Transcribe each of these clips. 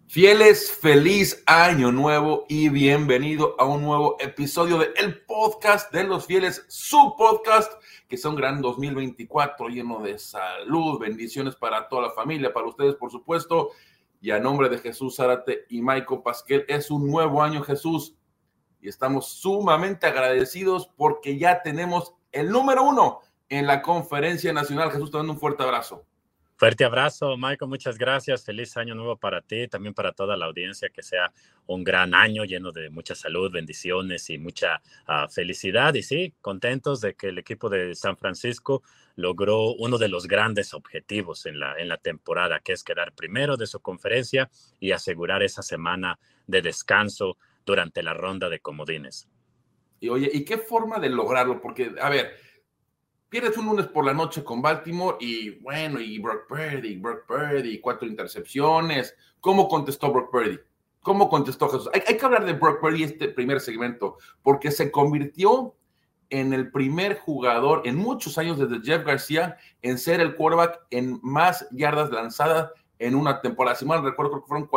Fieles, feliz año nuevo y bienvenido a un nuevo episodio de El Podcast de los Fieles, su podcast, que sea un gran 2024 lleno de salud, bendiciones para toda la familia, para ustedes por supuesto, y a nombre de Jesús Zárate y Michael Pasquel, es un nuevo año, Jesús, y estamos sumamente agradecidos porque ya tenemos el número 1 en la conferencia nacional. Jesús, te mando un fuerte abrazo. Fuerte abrazo, Michael, muchas gracias. Feliz año nuevo para ti, también para toda la audiencia, que sea un gran año lleno de mucha salud, bendiciones y mucha felicidad. Y sí, contentos de que el equipo de San Francisco logró uno de los grandes objetivos en la temporada, que es quedar primero de su conferencia y asegurar esa semana de descanso durante la ronda de comodines. Y oye, ¿y qué forma de lograrlo? Porque, a ver, pierdes un lunes por la noche con Baltimore y bueno, y Brock Purdy, 4 intercepciones. ¿Cómo contestó Brock Purdy? ¿Cómo contestó Jesús? Hay que hablar de Brock Purdy este primer segmento, porque se convirtió en el primer jugador en muchos años desde Jeff García en ser el quarterback en más yardas lanzadas en una temporada. Si mal recuerdo, creo que fueron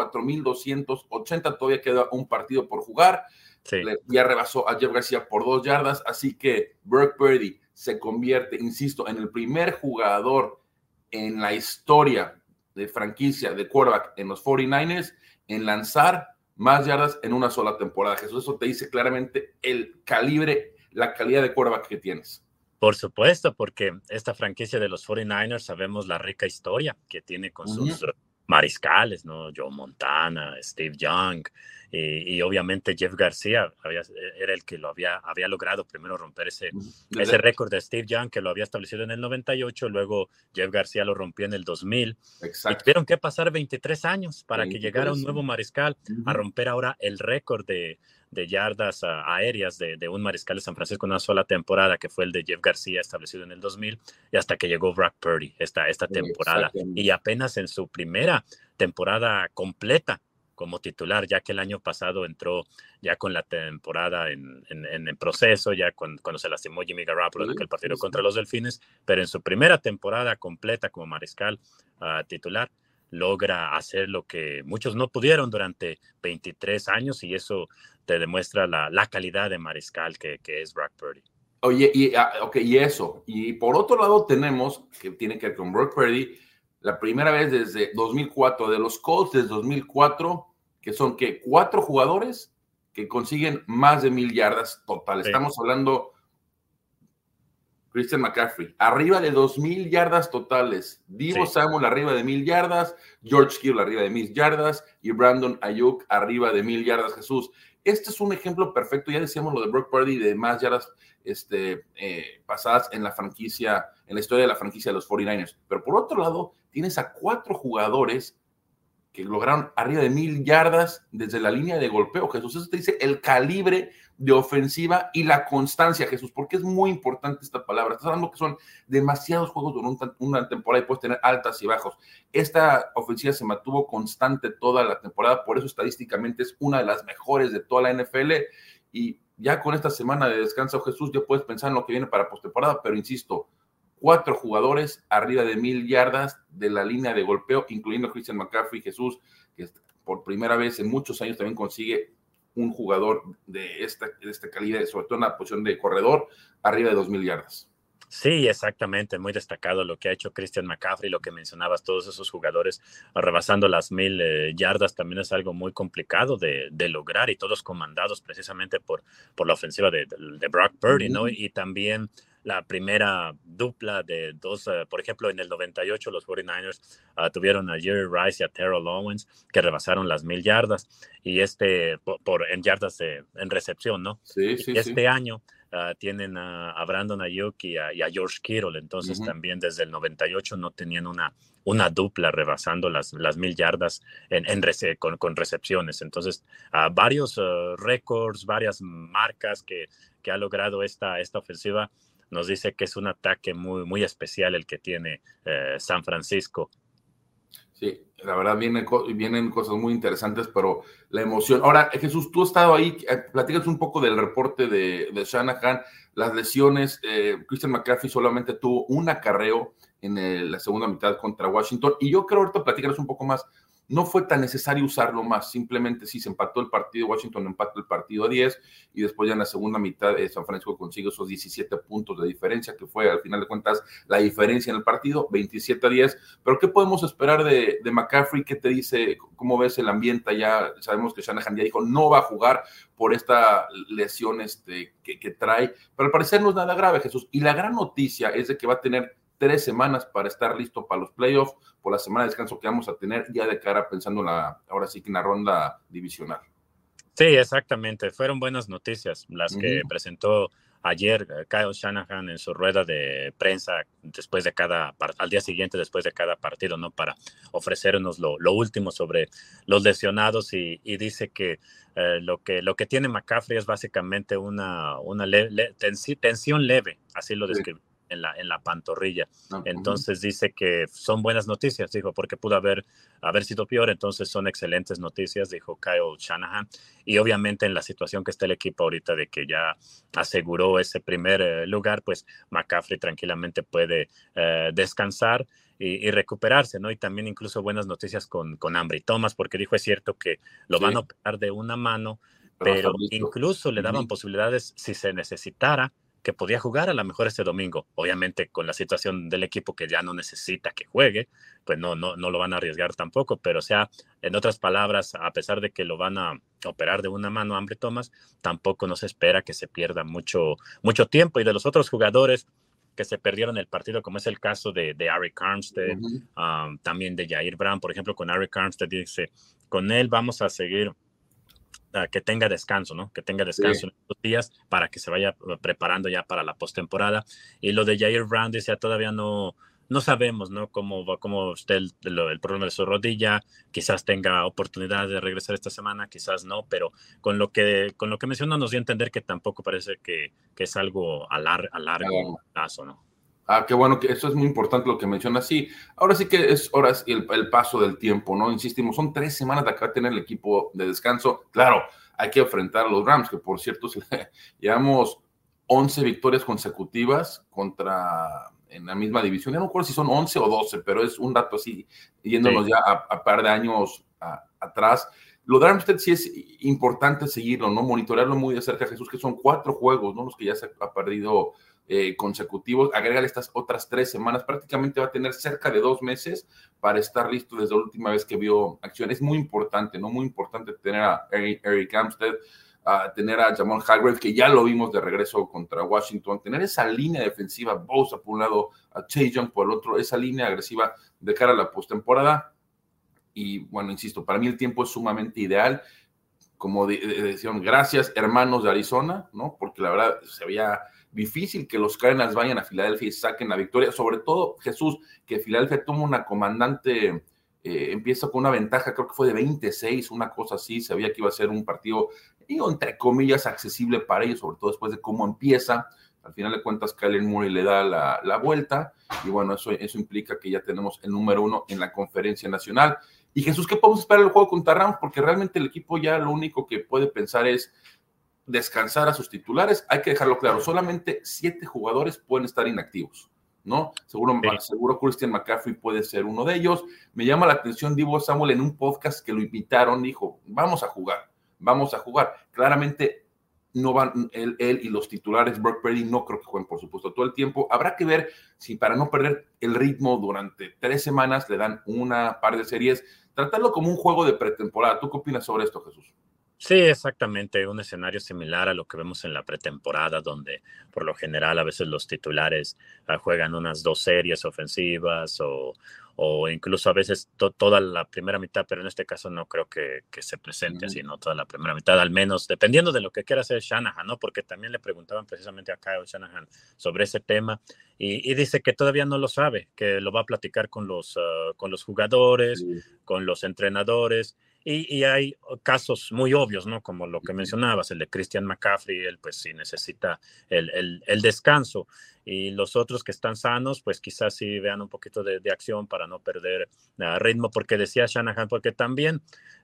4,280, todavía queda un partido por jugar. Sí. Ya rebasó a Jeff García por 2 yardas, así que Brock Purdy se convierte, insisto, en el primer jugador en la historia de franquicia de quarterback en los 49ers en lanzar más yardas en una sola temporada. Jesús, eso te dice claramente el calibre, la calidad de quarterback que tienes. Por supuesto, porque esta franquicia de los 49ers sabemos la rica historia que tiene con sus mariscales, ¿no? Joe Montana, Steve Young, y obviamente Jeff García era el que lo había logrado primero romper ese récord de Steve Young, que lo había establecido en el 98, luego Jeff García lo rompió en el 2000. Exacto. Y tuvieron que pasar 23 años para que llegara un nuevo mariscal a romper ahora el récord de yardas aéreas de un mariscal de San Francisco en una sola temporada, que fue el de Jeff García, establecido en el 2000, y hasta que llegó Brock Purdy esta temporada. Y apenas en su primera temporada completa como titular, ya que el año pasado entró ya con la temporada en proceso, ya cuando se lastimó Jimmy Garoppolo en aquel partido contra los Delfines, pero en su primera temporada completa como mariscal titular, logra hacer lo que muchos no pudieron durante 23 años, y eso te demuestra la calidad de mariscal que es Brock Purdy. Oye, y eso. Y por otro lado tenemos, que tiene que ver con Brock Purdy, la primera vez desde 2004, de los Colts desde 2004, que son que 4 jugadores que consiguen más de 1,000 yardas total. Sí. Estamos hablando Christian McCaffrey, arriba de 2,000 yardas totales. Deebo Samuel arriba de 1,000 yardas, George Kittle arriba de 1,000 yardas y Brandon Ayuk arriba de 1,000 yardas, Jesús. Este es un ejemplo perfecto. Ya decíamos lo de Brock Purdy, de más yardas pasadas en la franquicia, en la historia de la franquicia de los 49ers. Pero por otro lado, tienes a 4 jugadores que lograron arriba de 1,000 yardas desde la línea de golpeo, Jesús. Eso te dice el calibre de ofensiva y la constancia, Jesús, porque es muy importante esta palabra. Estás hablando que son demasiados juegos durante una temporada y puedes tener altas y bajos. Esta ofensiva se mantuvo constante toda la temporada, por eso estadísticamente es una de las mejores de toda la NFL, y ya con esta semana de descanso, Jesús, ya puedes pensar en lo que viene para postemporada, pero insisto, 4 jugadores arriba de 1,000 yardas de la línea de golpeo, incluyendo Christian McCaffrey, Jesús, que por primera vez en muchos años también consigue un jugador de esta calidad, sobre todo en la posición de corredor, arriba de 2,000 yardas. Sí, exactamente, muy destacado lo que ha hecho Christian McCaffrey, lo que mencionabas, todos esos jugadores rebasando las 1,000 yardas, también es algo muy complicado de lograr, y todos comandados precisamente por la ofensiva de Brock Purdy, ¿no? Y también la primera dupla de 2, por ejemplo, en el 98 los 49ers tuvieron a Jerry Rice y a Terrell Owens, que rebasaron las 1,000 yardas, y en yardas en recepción, ¿no? Sí, este año tienen a Brandon Ayuk y a George Kittle, entonces también desde el 98 no tenían una dupla rebasando las 1,000 yardas con recepciones. Entonces, varios récords, varias marcas que ha logrado esta ofensiva, nos dice que es un ataque muy, muy especial el que tiene San Francisco. Sí, la verdad vienen cosas muy interesantes, pero la emoción. Ahora, Jesús, tú has estado ahí, platícanos un poco del reporte de Shanahan, las lesiones. Christian McCaffrey solamente tuvo un acarreo en la segunda mitad contra Washington, y yo creo ahorita platícanos un poco más, no fue tan necesario usarlo más, simplemente sí se empató el partido, Washington empató el partido a 10 y después ya en la segunda mitad San Francisco consigue esos 17 puntos de diferencia, que fue al final de cuentas la diferencia en el partido, 27-10, pero ¿qué podemos esperar de McCaffrey? ¿Qué te dice? ¿Cómo ves el ambiente? Ya sabemos que Shanahan ya dijo no va a jugar por esta lesión que trae, pero al parecer no es nada grave, Jesús, y la gran noticia es de que va a tener 3 semanas para estar listo para los playoffs, por la semana de descanso que vamos a tener ya de cara pensando ahora sí que en la ronda divisional. Sí, exactamente. Fueron buenas noticias las que presentó ayer Kyle Shanahan en su rueda de prensa después de al día siguiente después de cada partido, ¿no? Para ofrecernos lo último sobre los lesionados y dice que lo que tiene McCaffrey es básicamente una tensión leve, así lo describió. En la pantorrilla. Entonces dice que son buenas noticias, dijo, porque pudo haber sido peor, entonces son excelentes noticias, dijo Kyle Shanahan. Y obviamente en la situación que está el equipo ahorita de que ya aseguró ese primer lugar, pues McCaffrey tranquilamente puede descansar y recuperarse, ¿no? Y también incluso buenas noticias con Ambry Thomas, porque dijo, es cierto que lo van a operar de una mano, pero incluso le daban posibilidades si se necesitara, que podía jugar a lo mejor este domingo. Obviamente con la situación del equipo que ya no necesita que juegue, pues no lo van a arriesgar tampoco, pero o sea, en otras palabras, a pesar de que lo van a operar de una mano a Ambry Thomas, tampoco nos espera que se pierda mucho tiempo. Y de los otros jugadores que se perdieron el partido, como es el caso de Arik Armstead, también de Jair Brown, por ejemplo, con Arik Armstead dice, con él vamos a seguir que tenga descanso, ¿no? Que tenga descanso en estos días para que se vaya preparando ya para la postemporada. Y lo de Jair Brown dice, todavía no sabemos, ¿no? Cómo está el problema de su rodilla. Quizás tenga oportunidad de regresar esta semana, quizás no, pero con lo que menciona nos dio a entender que tampoco parece que es algo a largo plazo, ¿no? Qué bueno, que eso es muy importante lo que mencionas. Sí, ahora sí que es horas el paso del tiempo, ¿no? Insistimos, son 3 semanas de acá tener el equipo de descanso. Claro, hay que enfrentar a los Rams, que por cierto, llevamos 11 victorias consecutivas en la misma división. Ya no recuerdo si son 11 o 12, pero es un dato así, yéndonos ya a par de años atrás. Lo de Armstead sí es importante seguirlo, ¿no? Monitorearlo muy de cerca, Jesús, que son 4 juegos, ¿no? Los que ya se ha perdido consecutivos, agrégale estas otras 3 semanas, prácticamente va a tener cerca de 2 meses para estar listo desde la última vez que vio acción. Es muy importante, ¿no? Muy importante tener a Arik Armstead, tener a Jamal Hargrave, que ya lo vimos de regreso contra Washington, tener esa línea defensiva, Bosa por un lado, a Chase Young por el otro, esa línea agresiva de cara a la postemporada. Y bueno, insisto, para mí el tiempo es sumamente ideal. Como decían, gracias hermanos de Arizona, ¿no? Porque la verdad se veía difícil que los Cardinals vayan a Filadelfia y saquen la victoria, sobre todo, Jesús, que Filadelfia toma una comandante, empieza con una ventaja, creo que fue de 26, una cosa así, sabía que iba a ser un partido, entre comillas, accesible para ellos, sobre todo después de cómo empieza. Al final de cuentas, Kyler Murray le da la vuelta, y bueno, eso implica que ya tenemos el número 1 en la conferencia nacional. Y Jesús, ¿qué podemos esperar del juego contra Rams? Porque realmente el equipo ya lo único que puede pensar es descansar a sus titulares. Hay que dejarlo claro, solamente 7 jugadores pueden estar inactivos, ¿no? Seguro Christian McCaffrey puede ser uno de ellos. Me llama la atención Deebo Samuel en un podcast que lo invitaron, dijo, vamos a jugar. Claramente no van él y los titulares, Brock Purdy no creo que jueguen, por supuesto, todo el tiempo. Habrá que ver si para no perder el ritmo durante 3 semanas le dan una par de series, tratarlo como un juego de pretemporada. ¿Tú qué opinas sobre esto, Jesús? Sí, exactamente, un escenario similar a lo que vemos en la pretemporada, donde por lo general a veces los titulares juegan unas 2 series ofensivas o incluso a veces toda la primera mitad, pero en este caso no creo que se presente así, ¿no? Toda la primera mitad, al menos, dependiendo de lo que quiera hacer Shanahan, ¿no? Porque también le preguntaban precisamente a Kyle Shanahan sobre ese tema y dice que todavía no lo sabe, que lo va a platicar con los jugadores, con los entrenadores. Y hay casos muy obvios, ¿no? Como lo que mencionabas, el de Christian McCaffrey, él pues sí necesita el descanso. y los otros que están sanos, pues quizás sí vean un poquito de acción para no perder ritmo, porque decía Shanahan, porque también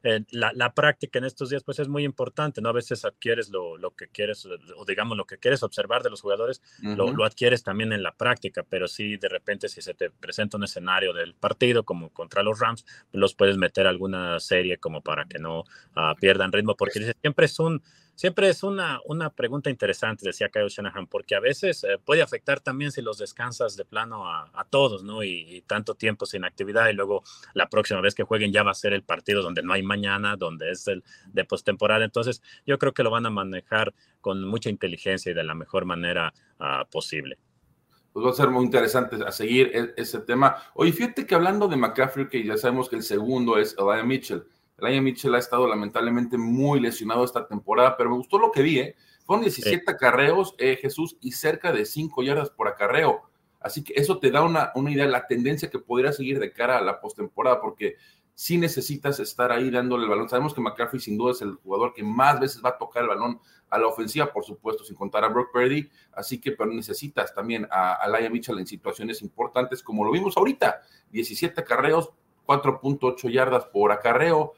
la práctica en estos días pues es muy importante, ¿no? A veces adquieres lo que quieres, o digamos lo que quieres observar de los jugadores, lo adquieres también en la práctica, pero sí de repente si se te presenta un escenario del partido como contra los Rams, los puedes meter a alguna serie como para que no pierdan ritmo, porque siempre es una pregunta interesante, decía Kyle Shanahan, porque a veces puede afectar también si los descansas de plano a todos, ¿no? Y tanto tiempo sin actividad, y luego la próxima vez que jueguen ya va a ser el partido donde no hay mañana, donde es el de postemporada. Entonces, yo creo que lo van a manejar con mucha inteligencia y de la mejor manera posible. Pues va a ser muy interesante a seguir ese tema. Oye, fíjate que hablando de McCaffrey, que ya sabemos que el segundo es Elijah Mitchell. Elijah Mitchell ha estado lamentablemente muy lesionado esta temporada, pero me gustó lo que vi, ¿eh? Fueron 17 acarreos, Jesús, y cerca de 5 yardas por acarreo. Así que eso te da una idea de la tendencia que podría seguir de cara a la postemporada, porque sí necesitas estar ahí dándole el balón. Sabemos que McCaffrey sin duda es el jugador que más veces va a tocar el balón a la ofensiva, por supuesto, sin contar a Brock Purdy, así que pero necesitas también a Elijah Mitchell en situaciones importantes, como lo vimos ahorita, 17 acarreos, 4.8 yardas por acarreo.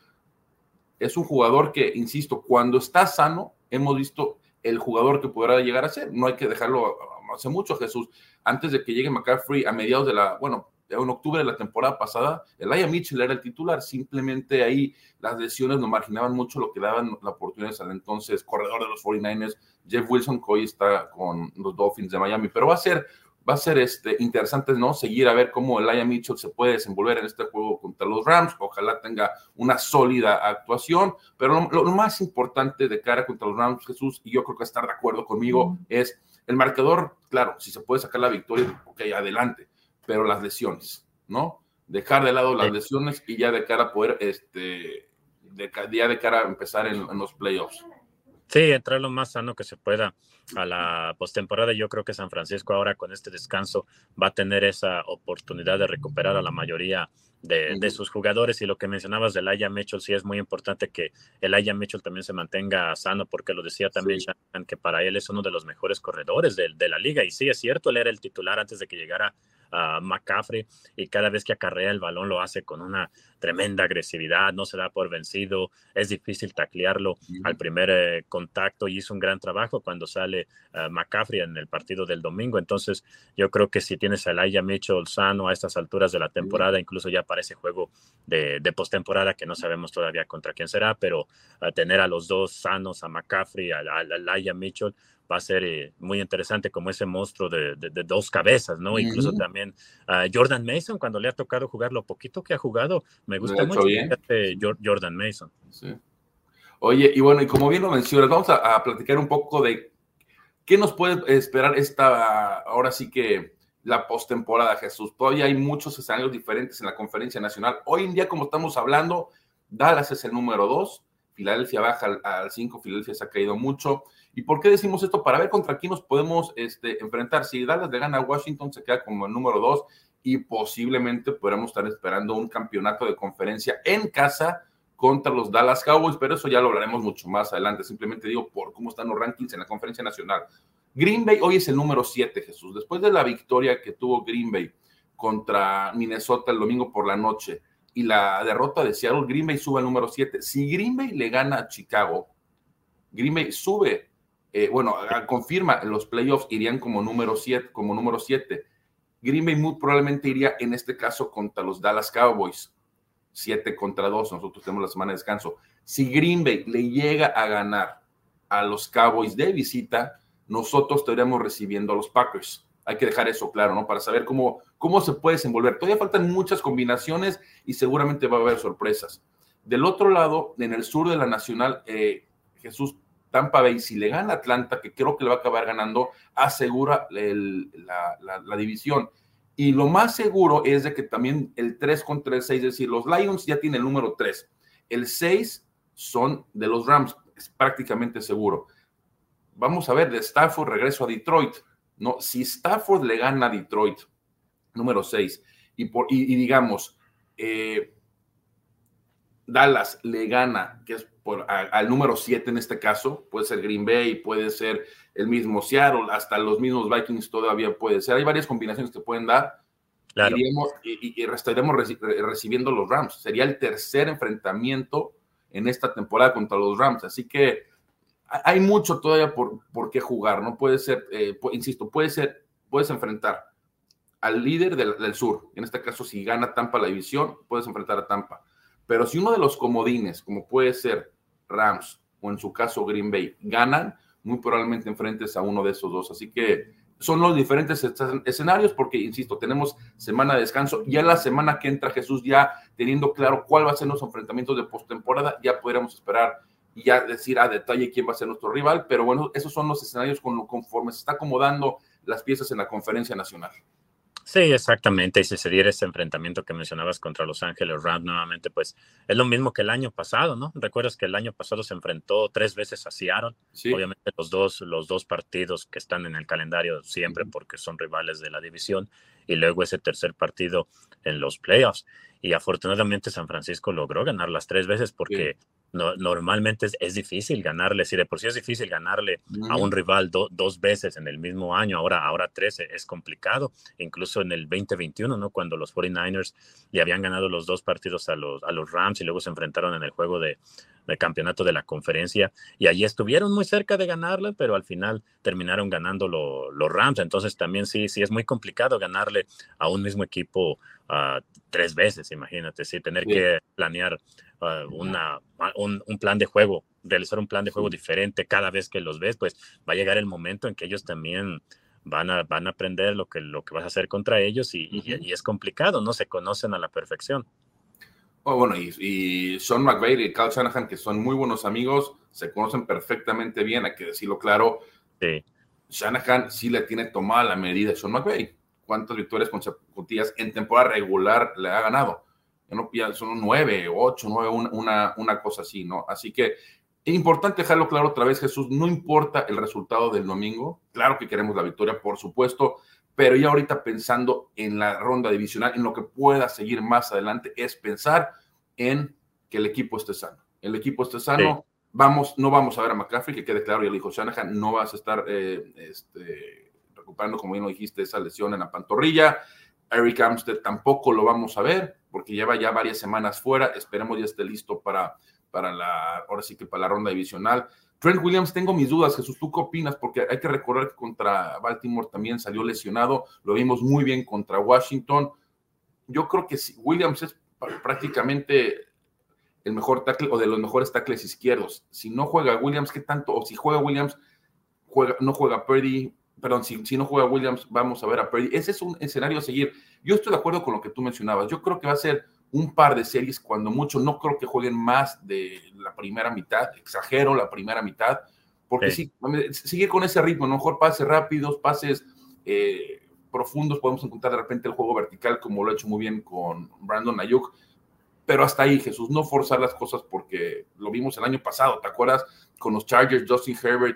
Es un jugador que, insisto, cuando está sano, hemos visto el jugador que podrá llegar a ser. No hay que dejarlo hace mucho, Jesús. Antes de que llegue McCaffrey a mediados en octubre de la temporada pasada, Elijah Mitchell era el titular. Simplemente ahí las lesiones nos marginaban mucho, lo que daban la oportunidad al entonces corredor de los 49ers, Jeff Wilson, que hoy está con los Dolphins de Miami. Pero va a ser interesante, ¿no? Seguir a ver cómo Elijah Mitchell se puede desenvolver en este juego contra los Rams. Ojalá tenga una sólida actuación, pero lo más importante de cara contra los Rams, Jesús, y yo creo que estar de acuerdo conmigo, es el marcador. Claro, si se puede sacar la victoria, ok, adelante, pero las lesiones, ¿no? Dejar de lado las lesiones y ya de cara a poder, ya de cara a empezar en los playoffs. Sí, entrar lo más sano que se pueda a la postemporada. Yo creo que San Francisco ahora con este descanso va a tener esa oportunidad de recuperar a la mayoría de sus jugadores. Y lo que mencionabas de Elijah Mitchell, sí es muy importante que Elijah Mitchell también se mantenga sano, porque lo decía también Shanahan, que para él es uno de los mejores corredores de la liga. Y sí, es cierto, él era el titular antes de que llegara McCaffrey, y cada vez que acarrea el balón lo hace con una tremenda agresividad, no se da por vencido, es difícil taclearlo al primer contacto, y hizo un gran trabajo cuando sale McCaffrey en el partido del domingo. Entonces yo creo que si tienes a Elijah Mitchell sano a estas alturas de la temporada, incluso ya para ese juego de postemporada, que no sabemos todavía contra quién será, pero tener a los dos sanos, a McCaffrey, a Elijah Mitchell, va a ser muy interesante, como ese monstruo de dos cabezas, ¿no? Incluso también Jordan Mason, cuando le ha tocado jugar lo poquito que ha jugado, me gusta mucho Jordan Mason. Sí. Oye, y bueno, y como bien lo mencionas, vamos a platicar un poco de qué nos puede esperar ahora sí que la postemporada, Jesús. Todavía hay muchos escenarios diferentes en la conferencia nacional. Hoy en día, como estamos hablando, Dallas es el número 2, Filadelfia baja al 5, Filadelfia se ha caído mucho. ¿Y por qué decimos esto? Para ver contra quién nos podemos enfrentar. Si Dallas le gana a Washington, se queda como el número 2 y posiblemente podremos estar esperando un campeonato de conferencia en casa contra los Dallas Cowboys, pero eso ya lo hablaremos mucho más adelante. Simplemente digo por cómo están los rankings en la conferencia nacional. Green Bay hoy es el número 7, Jesús. Después de la victoria que tuvo Green Bay contra Minnesota el domingo por la noche y la derrota de Seattle, Green Bay sube al número 7. Si Green Bay le gana a Chicago, Green Bay sube, confirma en los playoffs, irían como número 7. Green Bay muy probablemente iría en este caso contra los Dallas Cowboys. 7-2, nosotros tenemos la semana de descanso. Si Green Bay le llega a ganar a los Cowboys de visita, nosotros estaríamos recibiendo a los Packers. Hay que dejar eso claro, ¿no? Para saber cómo se puede desenvolver. Todavía faltan muchas combinaciones y seguramente va a haber sorpresas. Del otro lado, en el sur de la Nacional, Jesús, Tampa Bay, si le gana a Atlanta, que creo que le va a acabar ganando, asegura la división. Y lo más seguro es de que también el 3 contra el 6, es decir, los Lions ya tienen el número 3. El 6 son de los Rams, es prácticamente seguro. Vamos a ver, de Stafford regreso a Detroit. No, si Stafford le gana a Detroit, número 6, y digamos, Dallas le gana, que es al número 7 en este caso, puede ser Green Bay, puede ser el mismo Seattle, hasta los mismos Vikings todavía puede ser. Hay varias combinaciones que pueden dar. Claro. Y estaremos recibiendo los Rams. Sería el tercer enfrentamiento en esta temporada contra los Rams. Así que hay mucho todavía por qué jugar. No puede ser, insisto, puedes enfrentar al líder del sur. En este caso, si gana Tampa la división, puedes enfrentar a Tampa. Pero si uno de los comodines, como puede ser Rams o en su caso Green Bay, ganan, muy probablemente enfrentes a uno de esos dos. Así que son los diferentes escenarios porque, insisto, tenemos semana de descanso. Ya la semana que entra, Jesús, ya teniendo claro cuál va a ser los enfrentamientos de postemporada, ya podremos esperar y ya decir a detalle quién va a ser nuestro rival. Pero bueno, esos son los escenarios conforme se está acomodando las piezas en la conferencia nacional. Sí, exactamente. Y si se diera ese enfrentamiento que mencionabas contra Los Ángeles Rams nuevamente, pues es lo mismo que el año pasado, ¿no? Recuerdas que el año pasado se enfrentó 3 veces a Seattle. Sí. Obviamente los dos partidos que están en el calendario siempre porque son rivales de la división y luego ese tercer partido en los playoffs. Y afortunadamente San Francisco logró ganar las 3 veces porque normalmente es difícil ganarle. Si de por sí es difícil ganarle a un rival 2 veces en el mismo año, ahora 13 es complicado. Incluso en el 2021, ¿no? Cuando los 49ers le habían ganado los 2 partidos a los Rams y luego se enfrentaron en el juego de campeonato de la conferencia y allí estuvieron muy cerca de ganarle, pero al final terminaron ganando los Rams. Entonces también sí es muy complicado ganarle a un mismo equipo 3 veces, imagínate, tener que planear un plan de juego, realizar un plan de juego diferente cada vez que los ves, pues va a llegar el momento en que ellos también van a aprender lo que vas a hacer contra ellos y es complicado, no se conocen a la perfección. Bueno, y Sean McVay y Kyle Shanahan, que son muy buenos amigos, se conocen perfectamente bien, hay que decirlo claro. Sí. Shanahan sí le tiene tomada la medida a Sean McVay. ¿Cuántas victorias consecutivas en temporada regular le ha ganado? Ya son 9, 8, 9, una cosa así, ¿no? Así que es importante dejarlo claro otra vez, Jesús, no importa el resultado del domingo, claro que queremos la victoria, por supuesto, pero ya ahorita pensando en la ronda divisional, en lo que pueda seguir más adelante, es pensar en que el equipo esté sano. El equipo esté sano, no vamos a ver a McCaffrey, que quede claro, ya lo dijo Shanahan, no vas a estar recuperando, como bien lo dijiste, esa lesión en la pantorrilla. Eric Armstead tampoco lo vamos a ver, porque lleva ya varias semanas fuera, esperemos ya esté listo para la ronda divisional. Trent Williams, tengo mis dudas, Jesús, ¿tú qué opinas? Porque hay que recordar que contra Baltimore también salió lesionado, lo vimos muy bien contra Washington. Yo creo que Williams es prácticamente el mejor tackle o de los mejores tackles izquierdos. Si no juega Williams, ¿qué tanto? O si juega Williams, no juega Purdy. Perdón, si no juega Williams, vamos a ver a Purdy. Ese es un escenario a seguir. Yo estoy de acuerdo con lo que tú mencionabas. Yo creo que va a ser un par de series, cuando mucho. No creo que jueguen más de la primera mitad. Exagero la primera mitad. Porque sí, sigue con ese ritmo. A lo mejor pases rápidos, pases profundos. Podemos encontrar de repente el juego vertical, como lo ha hecho muy bien con Brandon Ayuk. Pero hasta ahí, Jesús, no forzar las cosas porque lo vimos el año pasado. ¿Te acuerdas? Con los Chargers, Justin Herbert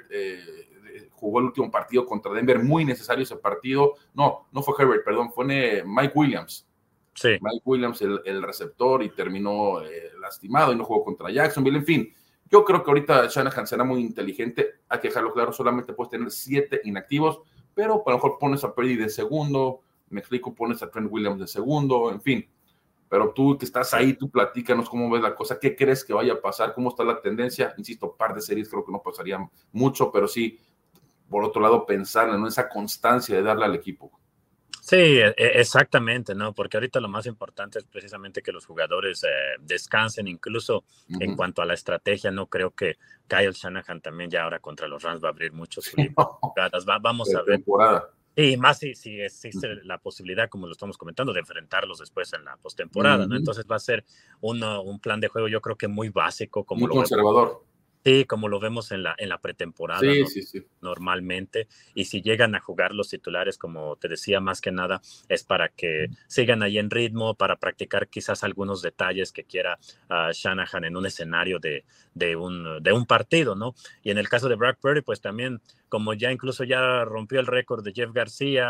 jugó el último partido contra Denver, muy necesario ese partido. No fue Herbert, perdón, fue Mike Williams. Sí. Mike Williams, el receptor, y terminó lastimado y no jugó contra Jacksonville. En fin, yo creo que ahorita Shanahan será muy inteligente. Hay que dejarlo claro, solamente puedes tener 7 inactivos, pero a lo mejor pones a Purdy de segundo, me explico, pones a Trent Williams de segundo, en fin. Pero tú que estás ahí, tú platícanos cómo ves la cosa, qué crees que vaya a pasar, cómo está la tendencia. Insisto, par de series creo que no pasaría mucho, pero sí, por otro lado, pensar en esa constancia de darle al equipo. Sí, exactamente, ¿no? Porque ahorita lo más importante es precisamente que los jugadores descansen, incluso en cuanto a la estrategia. No creo que Kyle Shanahan también ya ahora contra los Rams va a abrir mucho su libro de jugadas. Vamos a ver. Y más si existe la posibilidad, como lo estamos comentando, de enfrentarlos después en la postemporada, ¿no? Entonces va a ser un plan de juego, yo creo que muy básico, como muy conservador. Sí, como lo vemos en la pretemporada, sí, ¿no? Sí. Normalmente. Y si llegan a jugar los titulares, como te decía, más que nada, es para que sigan ahí en ritmo, para practicar quizás algunos detalles que quiera Shanahan en un escenario de un partido, ¿no? Y en el caso de Brock Purdy, pues también, como ya incluso ya rompió el récord de Jeff García,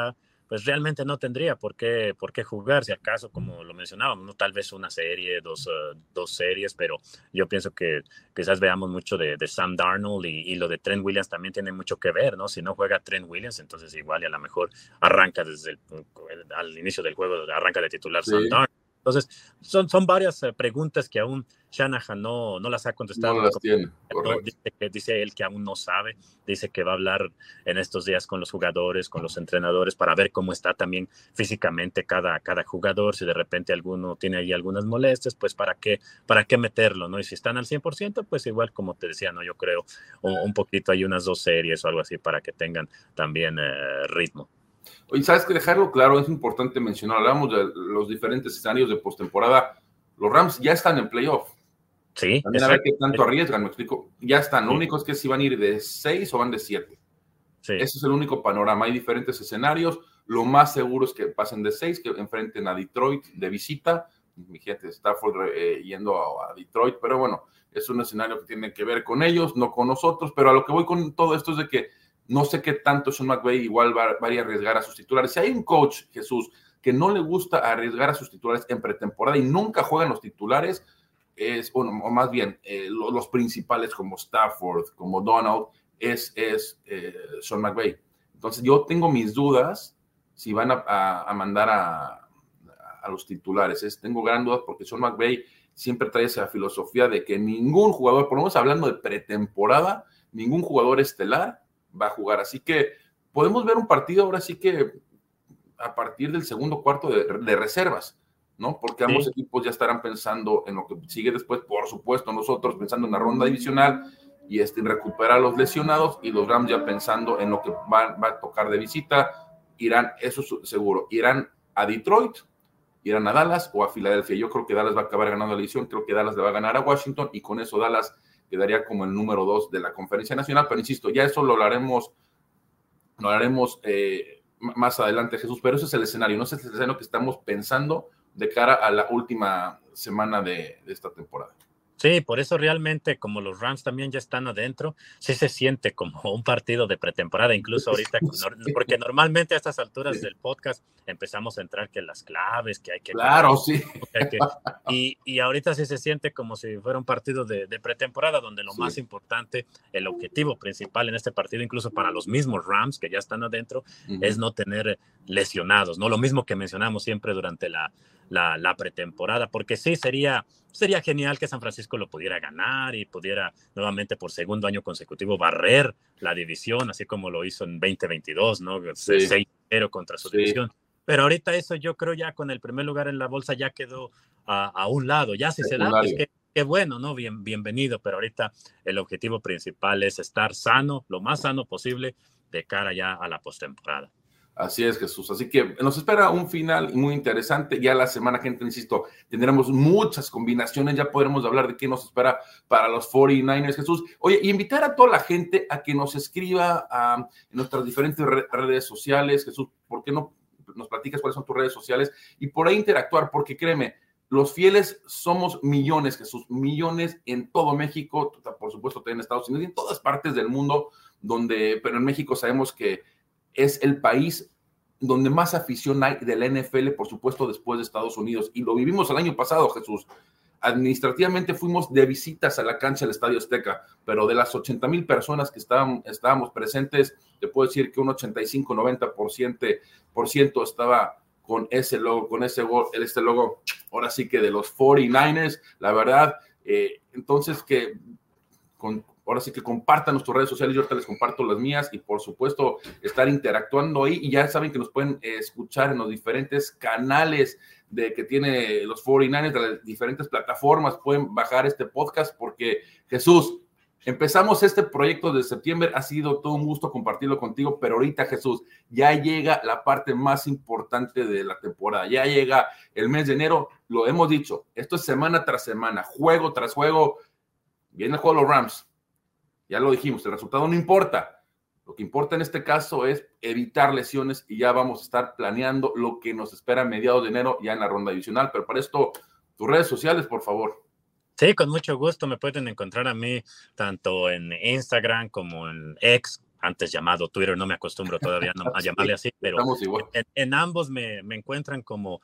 pues realmente no tendría por qué jugar, si acaso, como lo mencionábamos, ¿no? Tal vez una serie, dos series, pero yo pienso que quizás veamos mucho de Sam Darnold y lo de Trent Williams también tiene mucho que ver, ¿no? Si no juega Trent Williams, entonces igual y a lo mejor arranca al inicio del juego, arranca de titular Sam Sí, Darnold. Entonces, son varias preguntas que aún Shanahan no las ha no contestado. las tiene, correcto. Dice él que aún no sabe, dice que va a hablar en estos días con los jugadores, con los entrenadores, para ver cómo está también físicamente cada jugador, si de repente alguno tiene ahí algunas molestias, pues para qué meterlo, ¿no? Y si están al 100%, pues igual como te decía, ¿no? Yo creo un poquito hay unas 2 series o algo así para que tengan también ritmo. Oye, sabes que dejarlo claro es importante mencionar, hablamos de los diferentes escenarios de postemporada, los Rams ya están en playoff. Sí, También a ver exacto. qué tanto arriesgan, me explico. Ya están, lo Sí, único es que si van a ir de 6 o van de 7. sí, Ese es el único panorama. Hay diferentes escenarios. Lo más seguro es que pasen de 6, que enfrenten a Detroit de visita. Mi gente Stafford yendo a Detroit, pero bueno, es un escenario que tiene que ver con ellos, no con nosotros. Pero a lo que voy con todo esto es de que no sé qué tanto Sean McVay igual va a arriesgar a sus titulares. Si hay un coach, Jesús, que no le gusta arriesgar a sus titulares en pretemporada y nunca juegan los titulares, o más bien los principales como Stafford, como Donald, es Sean McVay. Entonces yo tengo mis dudas si van a mandar a los titulares. Tengo gran dudas porque Sean McVay siempre trae esa filosofía de que ningún jugador, por lo menos hablando de pretemporada, ningún jugador estelar va a jugar. Así que podemos ver un partido ahora sí que a partir del segundo cuarto de reservas, ¿no? Porque ambos sí. equipos ya estarán pensando en lo que sigue después, por supuesto, nosotros pensando en la ronda divisional y en recuperar a los lesionados, y los Rams ya pensando en lo que va a tocar de visita. Irán, eso es seguro, irán a Detroit, irán a Dallas o a Filadelfia. Yo creo que Dallas va a acabar ganando la división, creo que Dallas le va a ganar a Washington y con eso Dallas quedaría como el número 2 de la conferencia nacional, pero insisto, ya eso lo haremos más adelante, Jesús, pero ese es el escenario, no es el escenario que estamos pensando de cara a la última semana de esta temporada. Sí, por eso realmente como los Rams también ya están adentro, sí se siente como un partido de pretemporada, incluso ahorita, porque normalmente a estas alturas Sí. del podcast empezamos a entrar que las claves, que hay que Claro, corregir, sí. que hay que, y ahorita sí se siente como si fuera un partido de pretemporada, donde lo Sí. más importante, el objetivo principal en este partido, incluso para los mismos Rams que ya están adentro, es no tener lesionados, ¿no? Lo mismo que mencionamos siempre durante la pretemporada, porque sí sería genial que San Francisco lo pudiera ganar y pudiera nuevamente por segundo año consecutivo barrer la división, así como lo hizo en 2022, ¿no? Sí. 6-0 contra su división. Pero ahorita eso yo creo ya con el primer lugar en la bolsa ya quedó a un lado. Ya si se da, pues qué bueno, ¿no? Bienvenido, pero ahorita el objetivo principal es estar sano, lo más sano posible, de cara ya a la postemporada. Así es, Jesús. Así que nos espera un final muy interesante. Ya la semana que entra, insisto, tendremos muchas combinaciones. Ya podremos hablar de qué nos espera para los 49ers, Jesús. Oye, y invitar a toda la gente a que nos escriba en nuestras diferentes redes sociales. Jesús, ¿por qué no nos platicas cuáles son tus redes sociales? Y por ahí interactuar, porque créeme, los fieles somos millones, Jesús, millones en todo México, por supuesto también en Estados Unidos y en todas partes del mundo, pero en México sabemos que es el país donde más afición hay de la NFL, por supuesto, después de Estados Unidos. Y lo vivimos el año pasado, Jesús. Administrativamente fuimos de visitas a la cancha del Estadio Azteca, pero de las 80,000 personas que estábamos presentes, te puedo decir que un 85-90% estaba con ese logo, este logo, ahora sí que de los 49ers, la verdad. Entonces, ahora sí que compartan nuestras redes sociales, yo ahorita les comparto las mías y por supuesto estar interactuando ahí, y ya saben que nos pueden escuchar en los diferentes canales que tiene los 49ers, de las diferentes plataformas, pueden bajar este podcast porque Jesús, empezamos este proyecto de septiembre, ha sido todo un gusto compartirlo contigo, pero ahorita Jesús, ya llega la parte más importante de la temporada, ya llega el mes de enero, lo hemos dicho, esto es semana tras semana, juego tras juego, viene el juego de los Rams. Ya lo dijimos, el resultado no importa. Lo que importa en este caso es evitar lesiones y ya vamos a estar planeando lo que nos espera a mediados de enero ya en la ronda divisional. Pero para esto, tus redes sociales, por favor. Sí, con mucho gusto me pueden encontrar a mí tanto en Instagram como en X, antes llamado Twitter, no me acostumbro todavía a llamarle así, pero en ambos me encuentran como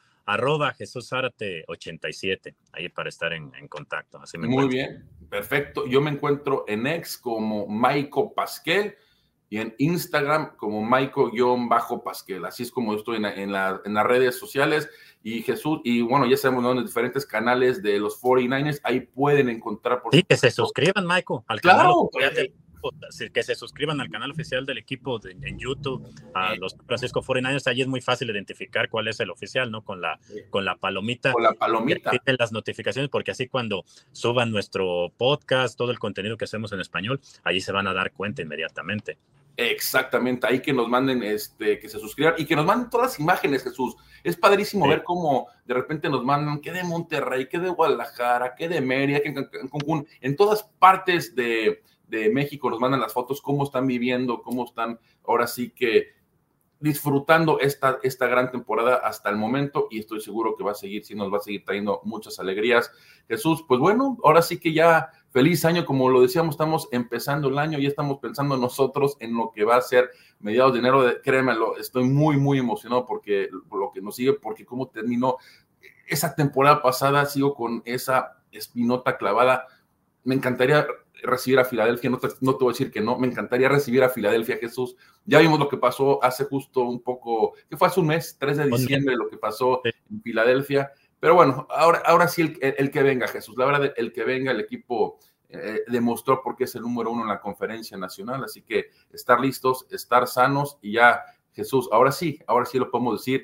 @JesusZárate87, ahí para estar en contacto. Así me Muy encuentro. bien, perfecto. Yo me encuentro en X como Maiko Pasquel y en Instagram como Maiko-Pasquel. Así es como estoy en las redes sociales. Y Jesús, y bueno, ya sabemos, ¿no?, en los diferentes canales de los 49ers, ahí pueden encontrar. Sí, que se suscriban, Maiko, al canal oficial del equipo, que se suscriban al canal oficial del equipo en YouTube, a los Francisco 49ers. Allí es muy fácil identificar cuál es el oficial, ¿no? Con la palomita. Con la palomita. Que las notificaciones, porque así cuando suban nuestro podcast, todo el contenido que hacemos en español, allí se van a dar cuenta inmediatamente. Exactamente, ahí que nos manden, que se suscriban y que nos manden todas las imágenes, Jesús. Es padrísimo ver cómo de repente nos mandan que de Monterrey, que de Guadalajara, que de Mérida, que en Cancún, en todas partes de México nos mandan las fotos, cómo están viviendo, cómo están ahora sí que disfrutando esta gran temporada hasta el momento, y estoy seguro que va a seguir, sí, nos va a seguir trayendo muchas alegrías. Jesús, pues bueno, ahora sí que ya feliz año, como lo decíamos, estamos empezando el año, ya estamos pensando nosotros en lo que va a ser mediados de enero. Créemelo, estoy muy, muy emocionado por lo que nos sigue, porque cómo terminó esa temporada pasada, sigo con esa espinota clavada. Me encantaría recibir a Filadelfia, no te voy a decir que no, me encantaría recibir a Filadelfia, Jesús. Ya vimos lo que pasó hace justo un poco, que fue hace un mes, 3 de diciembre, lo que pasó en Filadelfia. Pero bueno, ahora sí el que venga, Jesús. La verdad, el que venga, el equipo demostró por qué es el número 1 en la conferencia nacional. Así que estar listos, estar sanos y ya, Jesús, ahora sí lo podemos decir,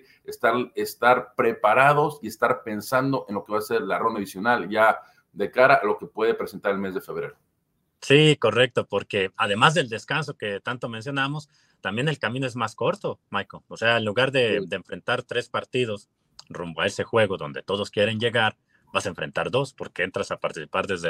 estar preparados y estar pensando en lo que va a ser la ronda divisional ya de cara a lo que puede presentar el mes de febrero. Sí, correcto, porque además del descanso que tanto mencionamos, también el camino es más corto, Michael. O sea, en lugar de enfrentar 3 partidos rumbo a ese juego donde todos quieren llegar, vas a enfrentar 2 porque entras a participar desde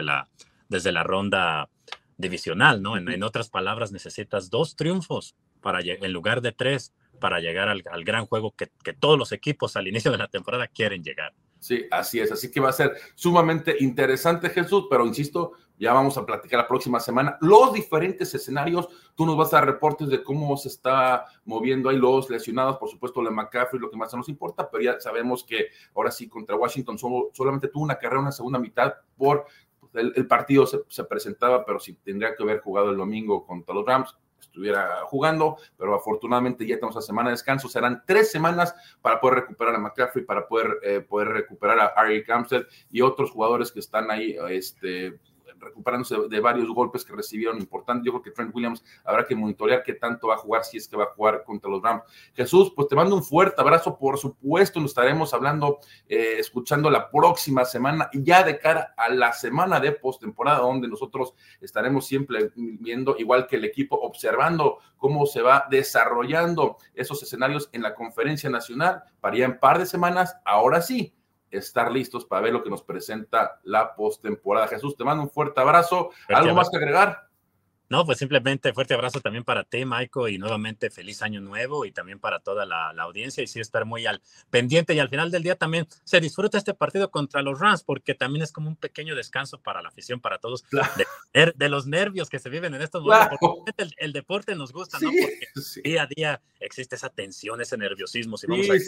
la ronda divisional, ¿no? En otras palabras, necesitas 2 triunfos en lugar de 3 para llegar al gran juego que todos los equipos al inicio de la temporada quieren llegar. Sí, así es. Así que va a ser sumamente interesante, Jesús, pero insisto, ya vamos a platicar la próxima semana los diferentes escenarios. Tú nos vas a dar reportes de cómo se está moviendo ahí los lesionados, por supuesto, la McCaffrey, lo que más nos importa, pero ya sabemos que ahora sí contra Washington solamente tuvo una carrera, una segunda mitad el partido se presentaba, pero si tendría que haber jugado el domingo contra los Rams, estuviera jugando, pero afortunadamente ya tenemos la semana de descanso. Serán 3 semanas para poder recuperar a McCaffrey, para poder recuperar a Arik Armstead y otros jugadores que están ahí recuperándose de varios golpes que recibieron importantes. Yo creo que Trent Williams habrá que monitorear qué tanto va a jugar, si es que va a jugar contra los Rams. Jesús, pues te mando un fuerte abrazo, por supuesto, nos estaremos hablando, escuchando la próxima semana, ya de cara a la semana de postemporada, donde nosotros estaremos siempre viendo, igual que el equipo, observando cómo se va desarrollando esos escenarios en la conferencia nacional, para ya en par de semanas, ahora sí, estar listos para ver lo que nos presenta la postemporada. Jesús, te mando un fuerte abrazo. ¿Algo más que agregar? No, pues simplemente fuerte abrazo también para ti, Maiko, y nuevamente feliz año nuevo, y también para toda la audiencia, y sí estar muy al pendiente, y al final del día también se disfruta este partido contra los Rams, porque también es como un pequeño descanso para la afición, para todos, claro, de los nervios que se viven en estos momentos, claro, porque el deporte nos gusta, sí, ¿no? Porque día a día existe esa tensión, ese nerviosismo, si vamos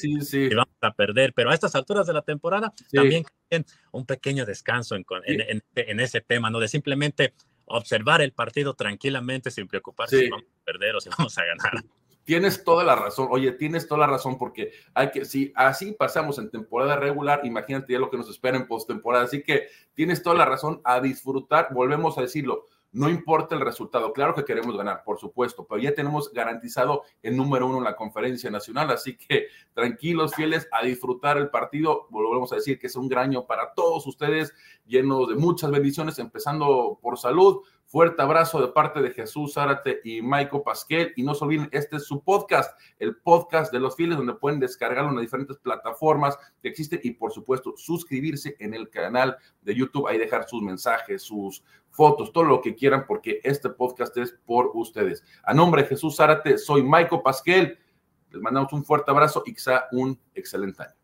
a perder, pero a estas alturas de la temporada también un pequeño descanso en ese tema, ¿no? De simplemente observar el partido tranquilamente sin preocuparse si vamos a perder o si vamos a ganar. Tienes toda la razón. Oye, tienes toda la razón, porque si así pasamos en temporada regular, imagínate ya lo que nos espera en postemporada. Así que tienes toda la razón, a disfrutar. Volvemos a decirlo, no importa el resultado, claro que queremos ganar, por supuesto, pero ya tenemos garantizado el número 1 en la conferencia nacional, así que tranquilos, fieles, a disfrutar el partido. Volvemos a decir que es un gran año para todos ustedes, llenos de muchas bendiciones, empezando por salud. Fuerte abrazo de parte de Jesús Zárate y Maiko Pasquel, y no se olviden, este es su podcast, el podcast de los fieles, donde pueden descargarlo en las diferentes plataformas que existen, y por supuesto suscribirse en el canal de YouTube, ahí dejar sus mensajes, sus fotos, todo lo que quieran, porque este podcast es por ustedes. A nombre de Jesús Zárate, soy Maiko Pasquel, les mandamos un fuerte abrazo y quizá un excelente año.